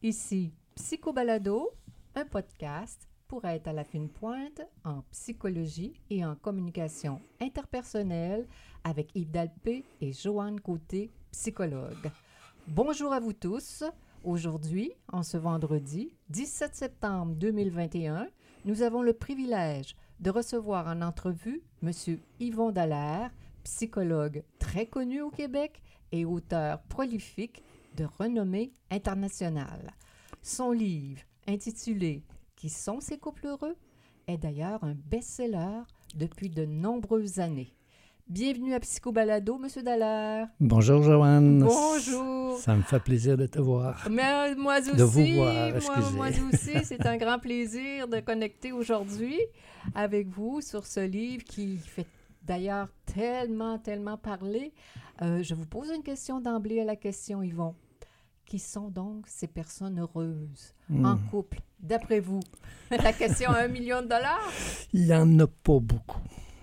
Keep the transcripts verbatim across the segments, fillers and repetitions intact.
Ici Psychobalado, un podcast pour être à la fine pointe en psychologie et en communication interpersonnelle avec Yves Dalpé et Joanne Côté, psychologue. Bonjour à vous tous. Aujourd'hui, en ce vendredi dix-sept septembre deux mille vingt et un, nous avons le privilège de recevoir en entrevue M. Yvon Dallaire, psychologue très connu au Québec et auteur prolifique de renommée internationale. Son livre, intitulé « Qui sont ces couples heureux ?» est d'ailleurs un best-seller depuis de nombreuses années. Bienvenue à Psychobalado, M. Dallaire. Bonjour, Joanne. Bonjour. Ça me fait plaisir de te voir. Mais moi aussi, de vous voir, moi, moi aussi, c'est un grand plaisir de connecter aujourd'hui avec vous sur ce livre qui fait d'ailleurs tellement, tellement parler. Euh, je vous pose une question d'emblée à la question, Yvon. Qui sont donc ces personnes heureuses mmh. en couple, d'après vous? La question à un million de dollars? Il n'y en a pas beaucoup.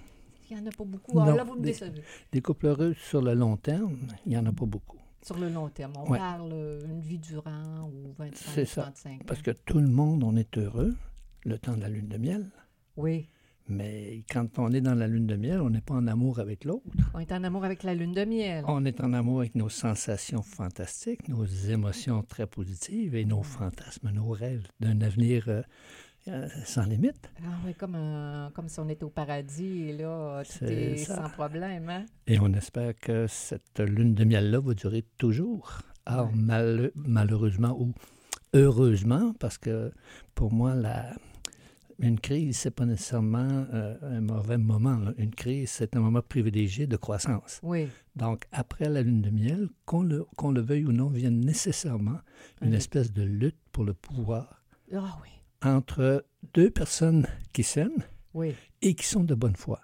Il n'y en a pas beaucoup. Alors là, vous me des, décevez. Des couples heureux sur le long terme, il n'y en a pas beaucoup. Sur le long terme, on ouais. parle une vie durant ou vingt-cinq, C'est ça. trente-cinq ans. Parce que tout le monde, on est heureux le temps de la lune de miel. Oui. Mais quand on est dans la lune de miel, on n'est pas en amour avec l'autre. On est en amour avec la lune de miel. On est en amour avec nos sensations fantastiques, nos émotions très positives et nos fantasmes, nos rêves d'un avenir euh, euh, sans limite. Ah oui, comme, un, comme si on était au paradis et là, tout C'est est ça. sans problème. Hein? Et on espère que cette lune de miel-là va durer toujours. Or, ouais. mal, malheureusement ou heureusement, parce que pour moi, la... Une crise, ce n'est pas nécessairement euh, un mauvais moment. Là. Une crise, c'est un moment privilégié de croissance. Oui. Donc, après la lune de miel, qu'on le, qu'on le veuille ou non, vient nécessairement une oui. espèce de lutte pour le pouvoir ah, oui. entre deux personnes qui s'aiment oui. et qui sont de bonne foi,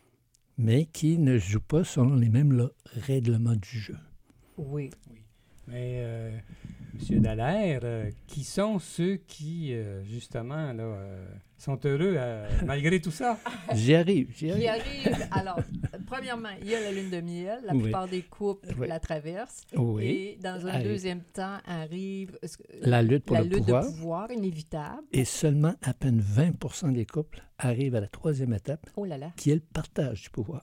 mais qui ne jouent pas selon les mêmes là, règlements du jeu. Oui. oui. Mais, euh, M. Dallaire, euh, qui sont ceux qui, euh, justement, là, euh, sont heureux euh, malgré tout ça? J'y arrive, j'y arrive. J'y arrive. Alors, premièrement, il y a la lune de miel. La oui. plupart des couples oui. la traversent. Oui. Et dans un arrive. deuxième temps, arrive la lutte pour la le lutte pouvoir. de pouvoir, inévitable. Et seulement à peine vingt pour cent des couples arrivent à la troisième étape, oh là là. qui est le partage du pouvoir.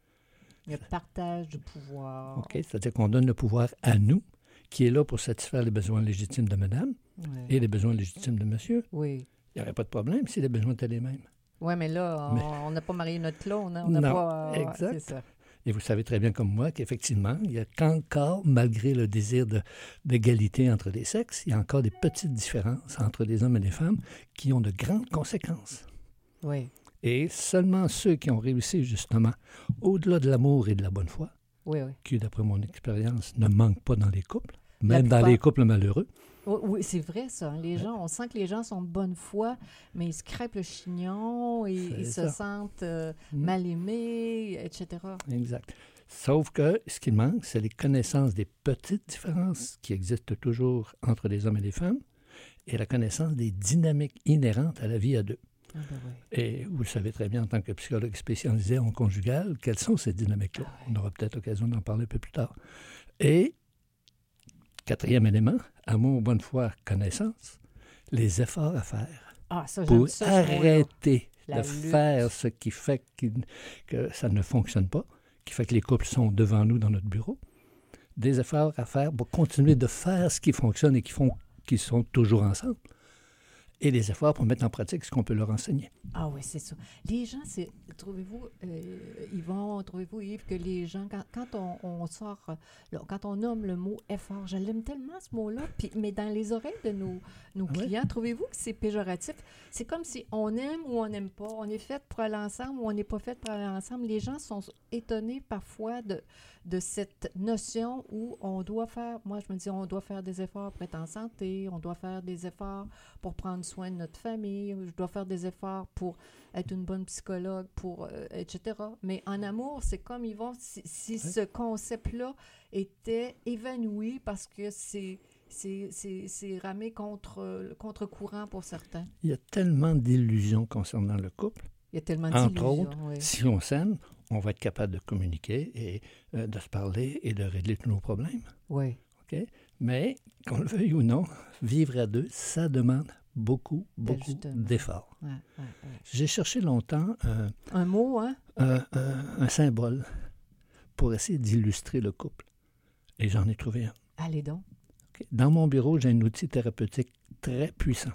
Le partage du pouvoir. OK, c'est-à-dire qu'on donne le pouvoir à nous, qui est là pour satisfaire les besoins légitimes de madame oui. et les besoins légitimes de monsieur. Oui. Il n'y aurait pas de problème si les besoins étaient les mêmes. Oui, mais là, on mais... n'a pas marié notre clone. Hein? On n'a non, pas, exact. Ouais, c'est ça. Et vous savez très bien comme moi qu'effectivement, il y a qu'encore, malgré le désir de, d'égalité entre les sexes, il y a encore des petites différences entre les hommes et les femmes qui ont de grandes conséquences. Oui. Et seulement ceux qui ont réussi, justement, au-delà de l'amour et de la bonne foi, oui, oui. qui, d'après mon expérience, ne manquent pas dans les couples, même plupart... dans les couples malheureux. Oui, oui, c'est vrai, ça. Les gens, on sent que les gens sont de bonne foi, mais ils se crêpent le chignon et c'est ils ça. se sentent euh, mmh. mal aimés, et cetera. Exact. Sauf que ce qui manque, c'est les connaissances des petites différences qui existent toujours entre les hommes et les femmes et la connaissance des dynamiques inhérentes à la vie à deux. Ah ben oui. Et vous le savez très bien en tant que psychologue spécialisé en conjugal, quelles sont ces dynamiques-là? Ah oui. On aura peut-être l'occasion d'en parler un peu plus tard. Et quatrième élément, amour, bonne foi, connaissance, les efforts à faire ah, ça, pour ça, arrêter de lutte. faire ce qui fait que ça ne fonctionne pas, qui fait que les couples sont devant nous dans notre bureau. Des efforts à faire pour continuer de faire ce qui fonctionne et qui font qu'ils sont toujours ensemble. Et des efforts pour mettre en pratique ce qu'on peut leur enseigner. Ah oui, c'est ça. Les gens, c'est, trouvez-vous, euh, Yvon, trouvez-vous, Yves, que les gens, quand, quand on, on sort, là, quand on nomme le mot effort, je l'aime tellement ce mot-là, puis, mais dans les oreilles de nos, nos ouais. clients, trouvez-vous que c'est péjoratif? C'est comme si on aime ou on n'aime pas, on est fait pour aller ensemble ou on n'est pas fait pour aller ensemble. Les gens sont étonnés parfois de, de cette notion où on doit faire, moi je me dis, on doit faire des efforts pour être en santé, on doit faire des efforts pour prendre soin de notre famille, je dois faire des efforts pour être une bonne psychologue, pour euh, et cetera. Mais en amour, c'est comme ils vont, si, si ouais. ce concept-là était évanoui parce que c'est, c'est, c'est, c'est ramé contre, contre courant pour certains. Il y a tellement d'illusions concernant le couple. Il y a tellement Entre d'illusions. autres, oui. si on s'aime, on va être capable de communiquer et euh, de se parler et de régler tous nos problèmes. Oui. OK? Mais, qu'on le veuille ou non, vivre à deux, ça demande beaucoup, beaucoup D'ajustement. d'efforts. Ouais, ouais, ouais. J'ai cherché longtemps un, Un mot, hein? un, un- un symbole pour essayer d'illustrer le couple. Et j'en ai trouvé un. Allez donc. OK. Dans mon bureau, j'ai un outil thérapeutique très puissant.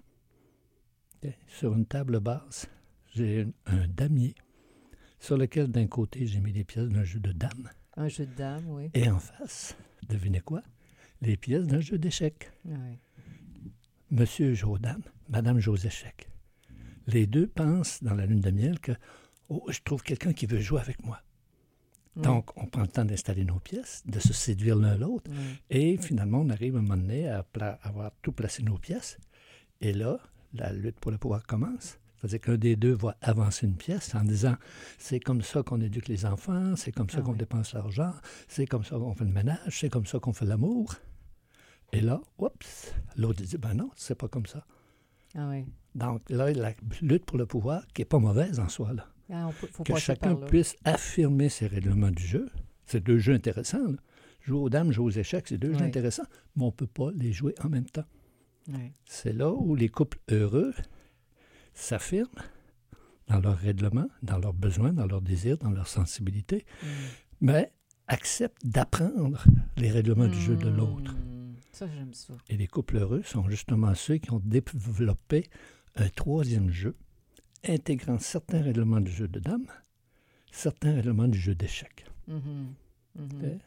OK. Sur une table basse, j'ai un, un damier sur lequel, d'un côté, j'ai mis les pièces d'un jeu de dames. Un jeu de dames, oui. Et en face, devinez quoi? Les pièces d'un jeu d'échecs. Ouais. Monsieur joue aux dames, Madame joue aux échecs. Les deux pensent dans la lune de miel que « Oh, je trouve quelqu'un qui veut jouer avec moi. » Ouais. Donc, on prend le temps d'installer nos pièces, de se séduire l'un l'autre. Ouais. Et finalement, on arrive à un moment donné à pla- avoir tout placé nos pièces. Et là, la lutte pour le pouvoir commence. C'est-à-dire qu'un des deux va avancer une pièce en disant « C'est comme ça qu'on éduque les enfants, c'est comme ça Ah qu'on oui. dépense l'argent, c'est comme ça qu'on fait le ménage, c'est comme ça qu'on fait l'amour. » Et là, oups, l'autre dit « Ben non, c'est pas comme ça. Ah oui. » Donc là, la lutte pour le pouvoir, qui n'est pas mauvaise en soi, là. Ah, on peut, faut Que passer chacun par là. puisse affirmer ses règlements du jeu. C'est deux jeux intéressants, là. Jouer aux dames, jouer aux échecs, c'est deux jeux Oui. intéressants, mais on ne peut pas les jouer en même temps. Ouais. C'est là où les couples heureux s'affirment dans leurs règlements, dans leurs besoins, dans leurs désirs, dans leur sensibilité, Mm. mais acceptent d'apprendre les règlements du jeu de l'autre. Mm. Ça, j'aime ça. Et les couples heureux sont justement ceux qui ont développé un troisième jeu, intégrant certains règlements du jeu de dames, certains règlements du jeu d'échecs. Mhm. Mhm. Ok.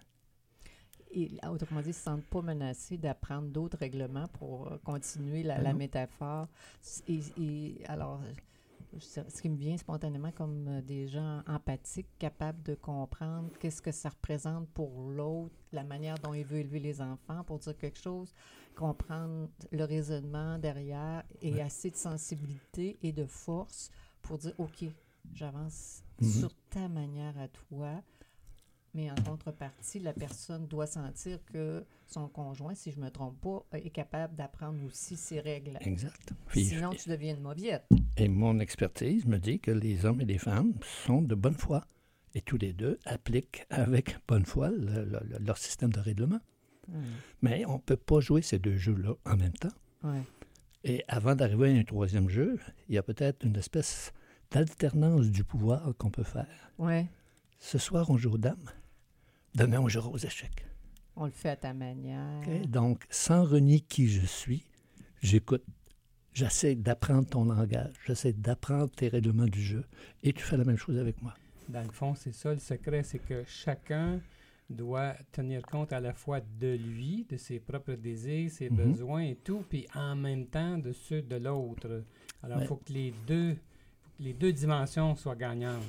Et autrement dit, ils ne se sentent pas menacés d'apprendre d'autres règlements pour euh, continuer la, Ah la non. métaphore. Et, et alors, je- ce qui me vient spontanément comme euh, des gens empathiques, capables de comprendre qu'est-ce que ça représente pour l'autre, la manière dont il veut élever les enfants, pour dire quelque chose, comprendre le raisonnement derrière et Ouais. assez de sensibilité et de force pour dire, OK, j'avance Mhm. sur ta manière à toi. Mais en contrepartie, la personne doit sentir que son conjoint, si je ne me trompe pas, est capable d'apprendre aussi ses règles. Exact. Puis- Sinon, tu deviens une mauviette. Et mon expertise me dit que les hommes et les femmes sont de bonne foi. Et tous les deux appliquent avec bonne foi le- le- le- leur système de règlement. Hum, Mais on ne peut pas jouer ces deux jeux-là en même temps. ouais. Et avant d'arriver à un troisième jeu, il y a peut-être une espèce d'alternance du pouvoir qu'on peut faire. Ouais. Ce soir, on joue aux dames. Demain, on jouera aux échecs. On le fait à ta manière. OK? Donc, sans renier qui je suis, j'écoute. J'essaie d'apprendre ton langage. J'essaie d'apprendre tes règlements du jeu. Et tu fais la même chose avec moi. Dans le fond, c'est ça le secret, c'est que chacun doit tenir compte à la fois de lui, de ses propres désirs, ses Mhm. besoins et tout, puis en même temps de ceux de l'autre. Alors, il Ouais. faut que les deux, faut que les deux dimensions soient gagnantes.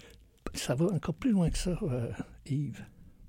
Ça va encore plus loin que ça, euh, Yves.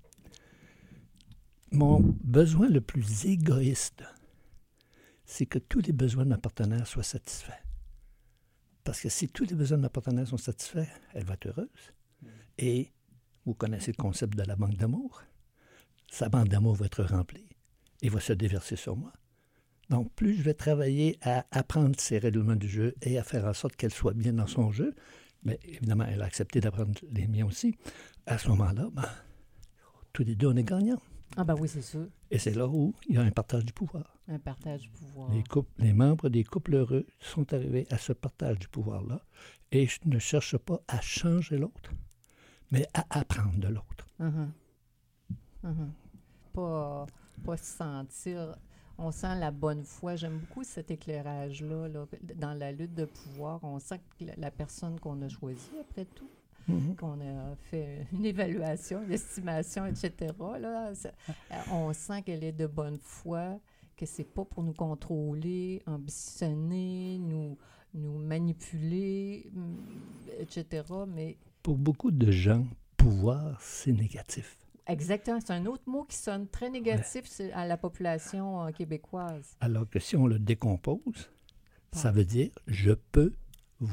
Mon besoin le plus égoïste, c'est que tous les besoins de ma partenaire soient satisfaits. Parce que si tous les besoins de ma partenaire sont satisfaits, elle va être heureuse. Et vous connaissez le concept de la banque d'amour. Sa banque d'amour va être remplie et va se déverser sur moi. Donc, plus je vais travailler à apprendre ses règlements du jeu et à faire en sorte qu'elle soit bien dans son jeu, mais évidemment, elle a accepté d'apprendre les miens aussi, à ce moment-là, ben, tous les deux, on est gagnants. Ah ben oui, c'est sûr. Et c'est là où il y a un partage du pouvoir. Un partage du pouvoir. Les, couples, les membres des couples heureux sont arrivés à ce partage du pouvoir-là et je ne cherche pas à changer l'autre, mais à apprendre de l'autre. Mhm. Mhm. Pas, pas se sentir... On sent la bonne foi. J'aime beaucoup cet éclairage-là. Là. Dans la lutte de pouvoir, on sent que la, la personne qu'on a choisie, après tout, Mhm. qu'on a fait une évaluation, une estimation, et cetera, là, ça- on sent qu'elle est de bonne foi, que c'est pas pour nous contrôler, ambitionner, nous, nous manipuler, hum, et cetera. Mais Pour beaucoup de gens, pouvoir, c'est négatif. exactement, c'est un autre mot qui sonne très négatif c'est à la population euh, québécoise. Alors que si on le décompose, Ah. ça veut dire « je peux voir ».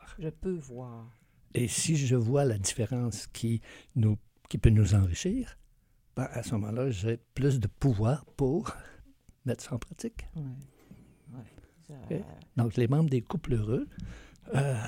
Je peux voir. Et si je vois la différence qui, nous, qui peut nous enrichir, ben à ce moment-là, j'ai plus de pouvoir pour mettre ça en pratique. Ouais. Ouais. Ça- Ok. Donc, les membres des couples heureux euh,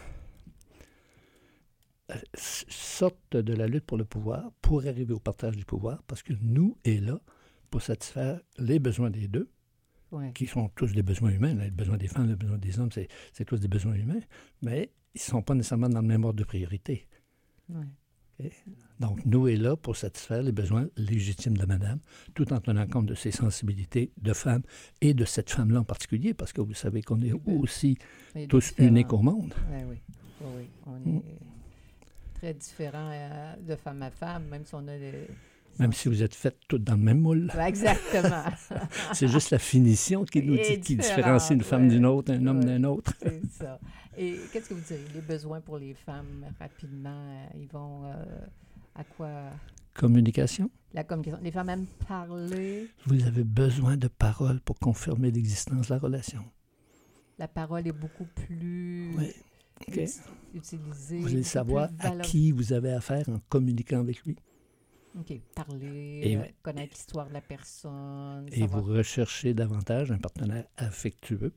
euh, s- sortent de la lutte pour le pouvoir pour arriver au partage du pouvoir parce que nous est là pour satisfaire les besoins des deux Ouais. qui sont tous des besoins humains. Là, les besoins des femmes, les besoins des hommes, c'est, c'est tous des besoins humains, mais ils ne sont pas nécessairement dans le même ordre de priorité. Ouais. Okay? Donc, nous est là pour satisfaire les besoins légitimes de madame, tout en tenant compte de ses sensibilités de femme et de cette femme-là en particulier, parce que vous savez qu'on est aussi tous uniques au monde. Oui, oui. oui, oui. On est mm. très différents euh, de femme à femme, même si on a des... Même si vous êtes faites toutes dans le même moule. Ouais, exactement. C'est juste la finition qui nous dit, qui différencie une femme ouais. d'une autre, un homme ouais. d'un autre. C'est ça. Et qu'est-ce que vous diriez? Les besoins pour les femmes, rapidement, ils vont euh, à quoi? Communication. La communication. Les femmes aiment parler. Vous avez besoin de paroles pour confirmer l'existence de la relation. La parole est beaucoup plus oui. okay. utilisée. Vous allez savoir à qui vous avez affaire en communiquant avec lui. OK. Parler, et, euh, connaître l'histoire de la personne. Et savoir... vous recherchez davantage un partenaire affectueux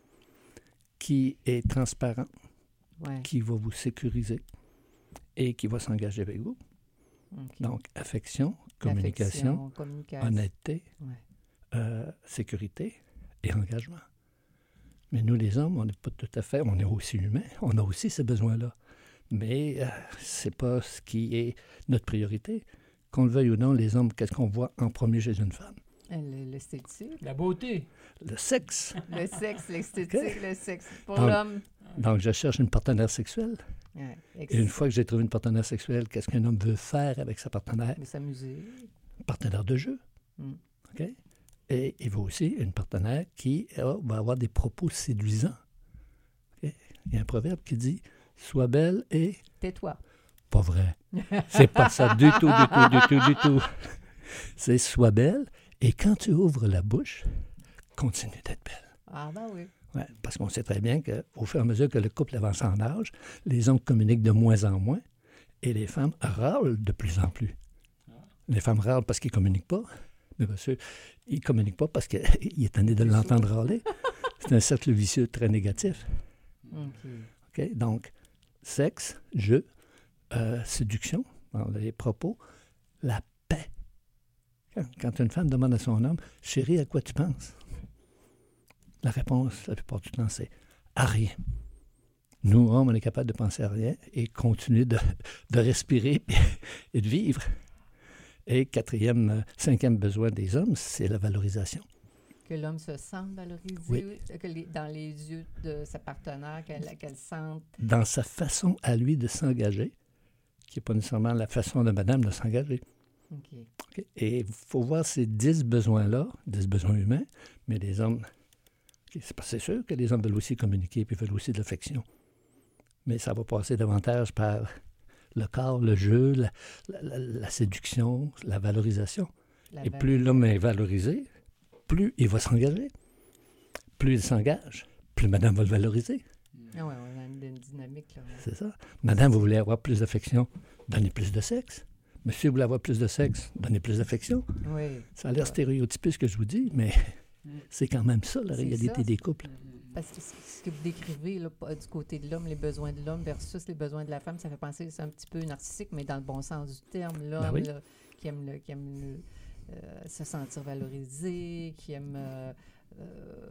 qui est transparent, ouais. qui va vous sécuriser et qui va s'engager avec vous. Okay. Donc, affection, communication, affection, communication. honnêteté, ouais. euh, sécurité et engagement. Mais nous, les hommes, on n'est pas tout à fait... On est aussi humains, on a aussi ces besoins-là. Mais euh, ce n'est pas ce qui est notre priorité. Qu'on le veuille ou non, les hommes, qu'est-ce qu'on voit en premier chez une femme? L'esthétique. La beauté. Le sexe. Le sexe, l'esthétique, okay. le sexe. Pour donc, l'homme. Donc, je cherche une partenaire sexuelle. Ouais, et une fois que j'ai trouvé une partenaire sexuelle, qu'est-ce qu'un homme veut faire avec sa partenaire? Mais s'amuser. Partenaire de jeu. Mm. OK? Et il veut aussi une partenaire qui oh, va avoir des propos séduisants. Okay? Il y a un proverbe qui dit « Sois belle et... » Tais-toi. Pas vrai. C'est pas ça du tout, du tout, du tout, du tout. C'est « Sois belle et quand tu ouvres la bouche, continue d'être belle. » Ah ben oui. Ouais, parce qu'on sait très bien qu'au fur et à mesure que le couple avance en âge, les hommes communiquent de moins en moins et les femmes râlent de plus en plus. Les femmes râlent parce qu'ils ne communiquent pas, mais monsieur, ils ne communiquent pas parce qu'il est tanné de l'entendre râler. C'est un cercle vicieux très négatif. Okay. Okay? Donc, sexe, jeu, euh, séduction, dans les propos, la paix. Quand, quand une femme demande à son homme, « Chérie, à quoi tu penses? » La réponse, la plupart du temps, c'est « à rien ». Nous, hommes, on est capable de penser à rien et continuer de, de respirer et de vivre. Et quatrième, cinquième besoin des hommes, c'est la valorisation. Que l'homme se sente valorisé, oui. que les, dans les yeux de sa partenaire, qu'elle, qu'elle sente... Dans sa façon à lui de s'engager, qui n'est pas nécessairement la façon de madame de s'engager. Okay. Okay. Et il faut voir ces dix besoins-là, dix besoins humains, mais les hommes... Okay, c'est, pas, c'est sûr que les hommes veulent aussi communiquer et veulent aussi de l'affection. Mais ça va passer davantage par le corps, le jeu, la, la, la, la séduction, la valorisation. La et plus l'homme est valorisé, plus il va s'engager. Plus il s'engage, plus madame va le valoriser. Ah oui, on a une, une dynamique. Là. C'est ça. Madame, vous voulez avoir plus d'affection, donnez plus de sexe. Monsieur, vous voulez avoir plus de sexe, donnez plus d'affection. Oui. Ça a l'air stéréotypé ce que je vous dis, mais c'est quand même ça, la c'est réalité ça. Des couples. Parce que ce que vous décrivez là, du côté de l'homme, les besoins de l'homme versus les besoins de la femme, ça fait penser, c'est un petit peu narcissique, mais dans le bon sens du terme. L'homme ben oui. là, qui aime, le, qui aime le, euh, se sentir valorisé, qui aime euh, euh,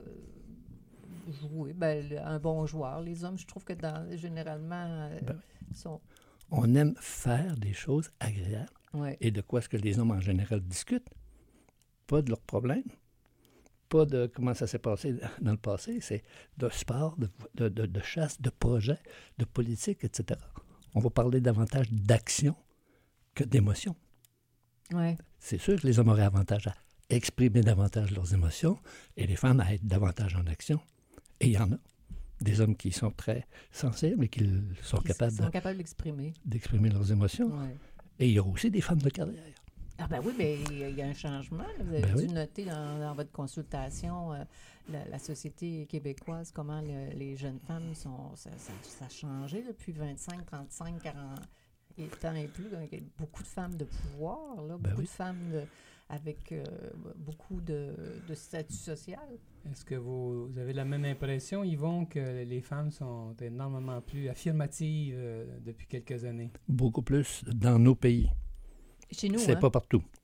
jouer, ben, un bon joueur. Les hommes, je trouve que dans, généralement, euh, ben oui. sont... On aime faire des choses agréables. Ouais. Et de quoi est-ce que les hommes en général discutent? Pas de leurs problèmes. Pas de comment ça s'est passé dans le passé, c'est de sport, de, de, de, de chasse, de projets, de politique, et cetera. On va parler davantage d'action que d'émotion. Ouais. C'est sûr que les hommes auraient avantage à exprimer davantage leurs émotions et les femmes à être davantage en action. Et il y en a. Des hommes qui sont très sensibles et qui sont, qui capables, sont de, capables d'exprimer. d'exprimer leurs émotions. Ouais. Et il y a aussi des femmes de carrière. Ah ben oui, mais il y a un changement. Vous avez ben dû oui. noter dans, dans votre consultation euh, la, la société québécoise, comment le, les jeunes femmes sont... Ça, ça, ça a changé depuis vingt-cinq, trente-cinq, quarante ans et plus. Donc, il y a beaucoup de femmes de pouvoir, là, ben beaucoup oui. de femmes de, avec euh, beaucoup de, de statut social. Est-ce que vous, vous avez la même impression, Yvon, que les femmes sont énormément plus affirmatives euh, depuis quelques années? Beaucoup plus dans nos pays. Chez nous, C'est hein? pas partout.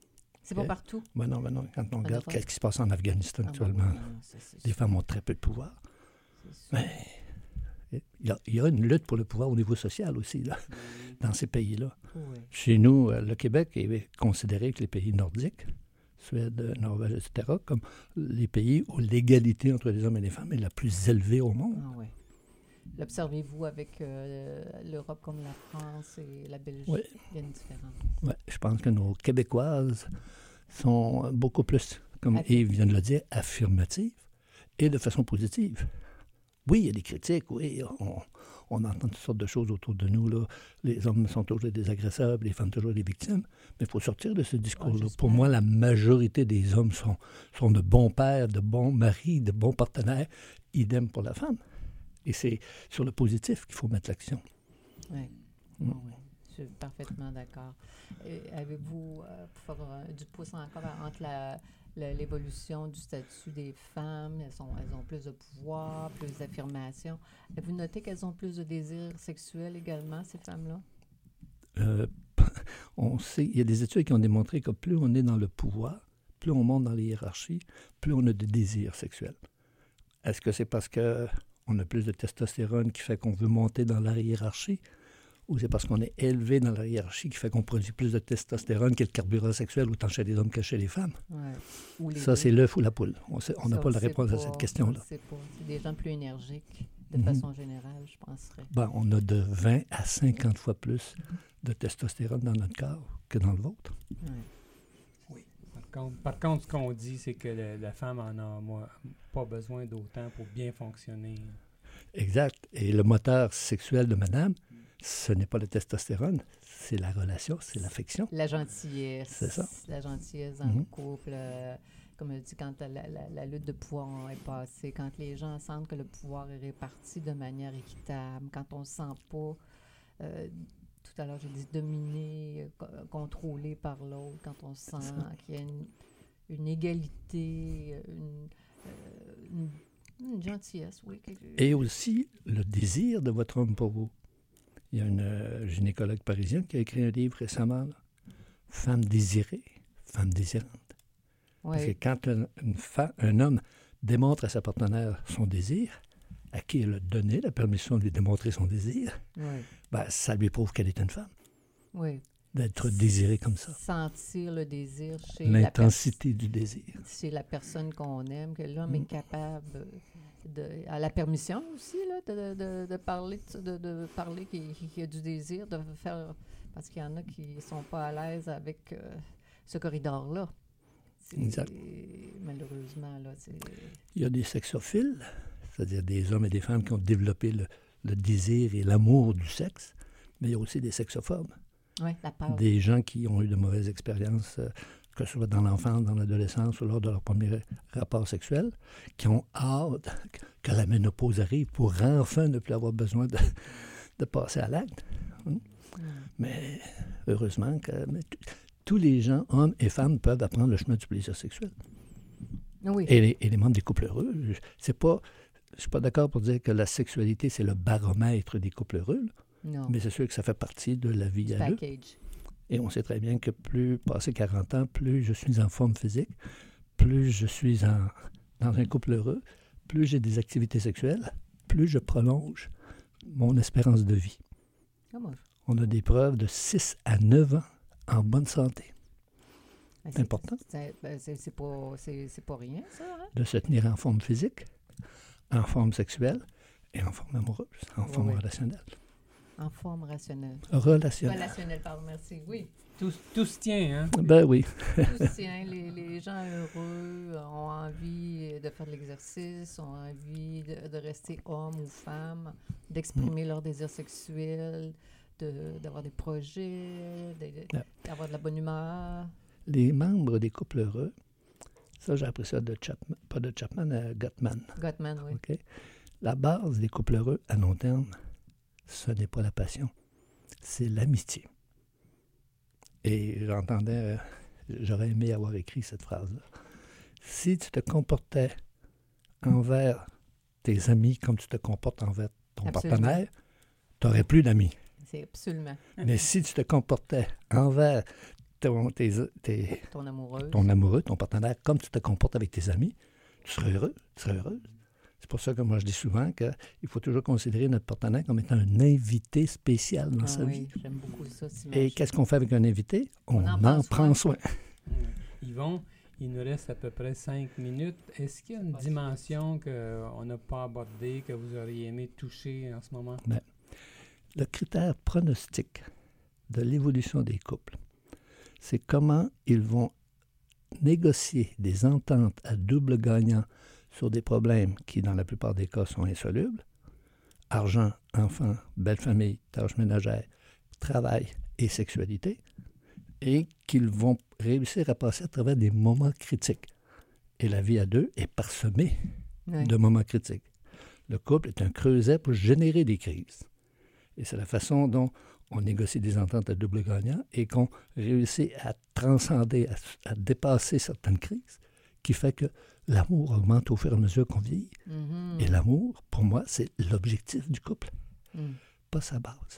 C'est pas partout. Ben non, ben non. Quand on En regarde Europe. ce qui se passe en Afghanistan Ah, actuellement, bon, non, ça, c'est les sûr, femmes ont très peu de pouvoir. c'est sûr. Mais il y, a, il y a une lutte pour le pouvoir au niveau social aussi, là, Oui. dans ces pays-là. Oui. Chez nous, euh, le Québec est considéré que les pays nordiques, Suède, Norvège, et cetera, comme les pays où l'égalité entre les hommes et les femmes est la plus élevée au monde. Ah, oui. L'observez-vous avec euh, l'Europe comme la France et la Belgique? Oui. Il y a une différence. Ouais, je pense que nos Québécoises sont beaucoup plus, comme Affirm- Yves vient de le dire, affirmatives et de façon positive. Oui, il y a des critiques, oui, on, on entend toutes sortes de choses autour de nous. Là. Les hommes sont toujours des agresseurs, les femmes toujours des victimes. Mais il faut sortir de ce discours-là. j'espère. Pour moi, la majorité des hommes sont, sont de bons pères, de bons maris, de bons partenaires. Idem pour la femme. Et c'est sur le positif qu'il faut mettre l'action. Oui. Mm. Ah, oui. Je suis parfaitement d'accord. Et avez-vous, euh, pour faire euh, du pouce encore entre la, la- l'évolution du statut des femmes, elles, sont, elles ont plus de pouvoir, plus d'affirmation. Avez-vous noté qu'elles ont plus de désirs sexuels également, ces femmes-là? Euh, on sait, il y a des études qui ont démontré que plus on est dans le pouvoir, plus on monte dans les hiérarchies, plus on a de désirs sexuels. Est-ce que c'est parce qu'on a plus de testostérone qui fait qu'on veut monter dans la hiérarchie, ou c'est parce qu'on est élevé dans la hiérarchie qui fait qu'on produit plus de testostérone que le carburant sexuel autant chez les hommes que chez les femmes? Ouais. Ou les Ça, deux. c'est l'œuf ou la poule. On sait- on n'a Ça, pas la sait réponse à pas, cette question-là. on sait pas. C'est des gens plus énergiques, de Mhm. façon générale, je penserais. Ben, on a de vingt à cinquante fois plus de testostérone dans notre corps que dans le vôtre. Ouais. Par contre, par contre, ce qu'on dit, c'est que le- la femme en a moi, pas besoin d'autant pour bien fonctionner. Exact. Et le moteur sexuel de madame, ce n'est pas le testostérone, c'est la relation, c'est l'affection. La gentillesse. C'est ça. La gentillesse dans le Mhm. couple. euh, comme je dis, quand la, la- la lutte de pouvoir est passée, quand les gens sentent que le pouvoir est réparti de manière équitable, quand on ne se sent pas, euh, tout à l'heure j'ai dit dominé, euh, co- contrôlé par l'autre, quand on sent ça. qu'il y a une, une égalité, une, euh, une, une gentillesse, oui. quelque- Et aussi le désir de votre homme pour vous. Il y a une euh, gynécologue parisienne qui a écrit un livre récemment, là. Femme désirée, femme désirante. Ouais. Parce que quand un, une fa- un homme démontre à sa partenaire son désir, à qui elle a donné la permission de lui démontrer son désir, Ouais. ben, ça lui prouve qu'elle est une femme, Oui. d'être désirée comme ça. Sentir le désir chez la, L'intensité du désir. chez la personne qu'on aime, que l'homme Mm. est capable de, à la permission aussi là, de, de, de parler, de, de parler qu'il, qu'il y a du désir, de faire, parce qu'il y en a qui sont pas à l'aise avec euh, ce corridor-là. C'est- Exact. Malheureusement, là, c'est... Il y a des sexophiles, c'est-à-dire des hommes et des femmes qui ont développé le, le désir et l'amour du sexe, mais il y a aussi des sexophobes, Ouais, la peur. des gens qui ont eu de mauvaises expériences, euh, que ce soit dans l'enfance, dans l'adolescence ou lors de leur premier rapport sexuel, qui ont hâte que la ménopause arrive pour enfin ne plus avoir besoin de, de passer à l'acte. Mm. Mais heureusement que mais t- tous les gens, hommes et femmes, peuvent apprendre le chemin du plaisir sexuel. Oui. Et les, et les membres des couples heureux, je- c'est pas, je suis pas d'accord pour dire que la sexualité, c'est le baromètre des couples heureux, là, Non. mais c'est sûr que ça fait partie de la vie à deux. Package. Et on sait très bien que plus, passé quarante ans, plus je suis en forme physique, plus je suis en, dans un couple heureux, plus j'ai des activités sexuelles, plus je prolonge mon espérance de vie. Comment? On a des preuves de six à neuf ans en bonne santé. Ben, C'est important. C'est, ben, c'est, c'est pas, c'est, c'est pas rien, ça, hein? De se tenir en forme physique, en forme sexuelle et en forme amoureuse, en Oui, forme oui. relationnelle. En forme rationnelle. Relationnelle. Relationnelle, pardon, merci. Oui. Tout, tout se tient, hein? Ben oui. Tout se tient. Les, les gens heureux ont envie de faire de l'exercice, ont envie de, de rester homme ou femme, d'exprimer leur désir sexuel, de, d'avoir des projets, de- de- Ouais. d'avoir de la bonne humeur. Les membres des couples heureux, ça j'ai appris ça de Chapman, pas de Chapman, à Gottman. Gottman, oui. OK? La base des couples heureux à long terme, ce n'est pas la passion, c'est l'amitié. Et j'entendais, euh, j'aurais aimé avoir écrit cette phrase-là. Si tu te comportais envers tes amis comme tu te comportes envers ton Absolument. partenaire, tu n'aurais plus d'amis. C'est absolument. Mais si tu te comportais envers ton, tes, tes, Ton amoureuse. ton amoureux, ton partenaire, comme tu te comportes avec tes amis, tu seras heureux, tu seras heureuse. C'est pour ça que moi, je dis souvent qu'il faut toujours considérer notre partenaire comme étant un invité spécial dans Ah sa oui, vie. j'aime beaucoup ça. Et qu'est-ce qu'on fait avec un invité? On, On en en, prend prend soin. Yvon, il nous reste à peu près cinq minutes. Est-ce qu'il y a une dimension qu'on n'a pas abordée, que vous auriez aimé toucher en ce moment? Ben, le critère pronostic de l'évolution des couples, c'est comment ils vont négocier des ententes à double gagnant sur des problèmes qui, dans la plupart des cas, sont insolubles. Argent, enfants, belle famille, tâches ménagères, travail et sexualité. Et qu'ils vont réussir à passer à travers des moments critiques. Et la vie à deux est parsemée Oui. de moments critiques. Le couple est un creuset pour générer des crises. Et c'est la façon dont on négocie des ententes à double gagnant et qu'on réussit à transcender, à, à dépasser certaines crises, qui fait que l'amour augmente au fur et à mesure qu'on vieillit. Mm-hmm. Et l'amour, pour moi, c'est l'objectif du couple, Mm. pas sa base.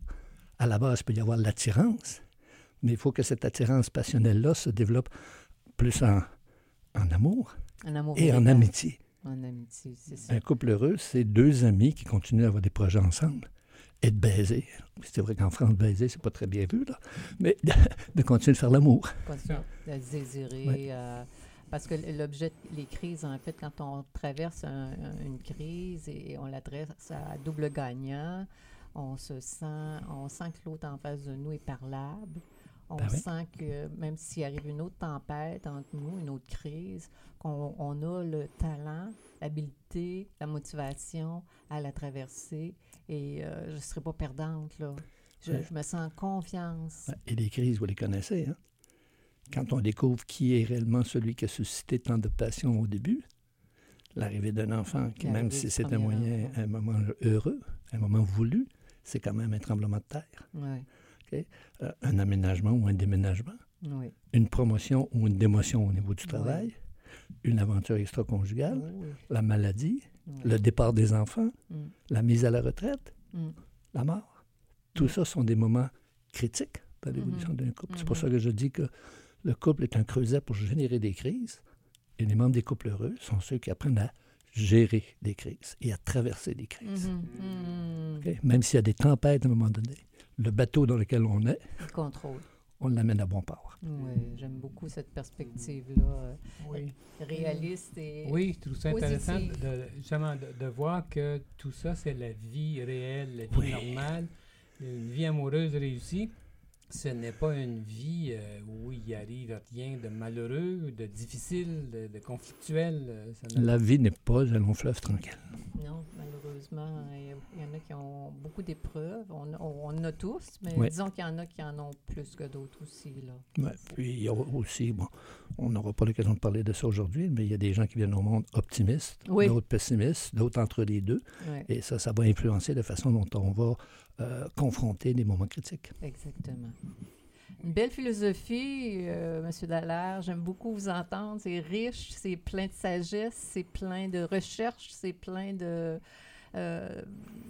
À la base, il peut y avoir l'attirance, mais il faut que cette attirance passionnelle-là se développe plus en, en amour Un amour et en véritable. amitié. En amitié, c'est ça. Un couple heureux, c'est deux amis qui continuent à avoir des projets ensemble et de baiser. C'est vrai qu'en France, baiser, c'est pas très bien vu, là, mais de continuer de faire l'amour. Continuer à se désirer. Ouais. euh, parce que l'objet, les crises, en fait, quand on traverse un- un- une crise et on l'adresse à double gagnant, on se sent, on sent que l'autre en face de nous est parlable. On Ben oui. sent que même s'il arrive une autre tempête entre nous, une autre crise, qu'on on a le talent, l'habileté, la motivation à la traverser et euh, je ne serai pas perdante, là. Je, Ouais. je me sens en confiance. Et les crises, vous les connaissez, hein? Quand on découvre qui est réellement celui qui a suscité tant de passion au début, l'arrivée d'un enfant, qui, même L'arrivée si du c'est un premier moyen, enfant. un moment heureux, un moment voulu, c'est quand même un tremblement de terre. Oui, Euh, un aménagement ou un déménagement, oui. une promotion ou une démotion au niveau du Oui. travail, une aventure extra-conjugale, Oui, la maladie, oui. le départ des enfants, Mm, la mise à la retraite, mm. la mort. Tout Mm. ça sont des moments critiques dans l'évolution Mhm. d'un couple. C'est pour Mhm. ça que je dis que le couple est un creuset pour générer des crises et les membres des couples heureux sont ceux qui apprennent à gérer des crises et à traverser des crises. Mhm, mhm. OK? Même s'il y a des tempêtes à un moment donné, le bateau dans lequel on est, Le contrôle. on l'amène à bon port. Oui, j'aime beaucoup cette perspective-là, euh, Oui. réaliste et Oui, je trouve ça intéressant positive. de, justement de, de voir que tout ça, c'est la vie réelle, la vie Oui. normale, une vie amoureuse réussie. Ce n'est pas une vie euh, où il arrive rien de malheureux, de difficile, de, de conflictuel. euh, ça n'a- La vie n'est pas un long fleuve tranquille. Non, malheureusement, il y, a- il y en a qui ont beaucoup d'épreuves. On, on en a tous, mais Oui. disons qu'il y en a qui en ont plus que d'autres aussi, là. Ouais. Puis il y a aussi, bon, on n'aura pas l'occasion de parler de ça aujourd'hui, mais il y a des gens qui viennent au monde optimistes, Oui. d'autres pessimistes, d'autres entre les deux. Ouais, Et ça, ça va influencer la façon dont on va euh, confronter des moments critiques. exactement. Une belle philosophie, euh, M. Dallaire. J'aime beaucoup vous entendre. C'est riche, c'est plein de sagesse, c'est plein de recherche, c'est plein de, euh,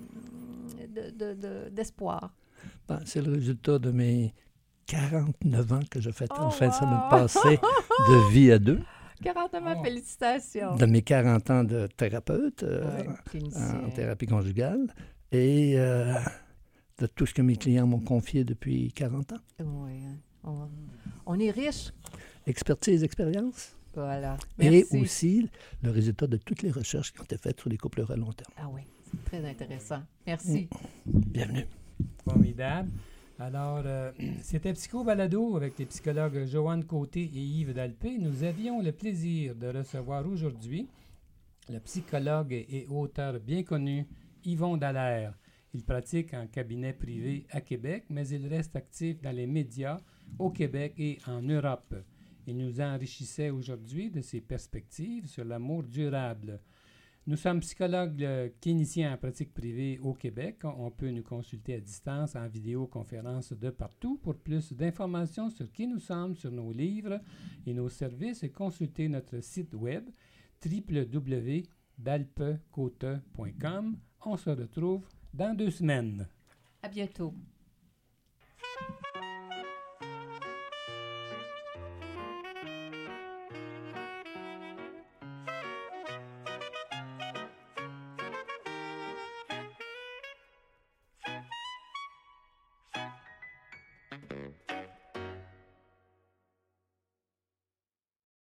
de- de- de- d'espoir. Ben, c'est le résultat de mes quarante-neuf ans que je fais en Oh, fin de wow! semaine passée de vie à deux, quarante ans, Oh. félicitations. de mes quarante ans de thérapeute euh, Ouais, clinicien. en thérapie conjugale et euh, de tout ce que mes clients m'ont confié depuis quarante ans. Oui, hein. on, on est riche. Expertise, expérience. Voilà. Et Merci. aussi le résultat de toutes les recherches qui ont été faites sur les couples heureux à long terme. Ah oui, c'est très intéressant. Merci. Bienvenue. Formidable. Alors, euh, c'était Psycho Balado avec les psychologues Joanne Côté et Yves Dalpé. Nous avions le plaisir de recevoir aujourd'hui le psychologue et auteur bien connu Yvon Dallaire. Il pratique en cabinet privé à Québec, mais il reste actif dans les médias au Québec et en Europe. Il nous enrichissait aujourd'hui de ses perspectives sur l'amour durable. Nous sommes psychologues euh, cliniciens en pratique privée au Québec. On peut nous consulter à distance, en vidéoconférence de partout. Pour plus d'informations sur qui nous sommes, sur nos livres et nos services, consultez notre site web w w w point dalpecote point com. On se retrouve dans deux semaines. À bientôt.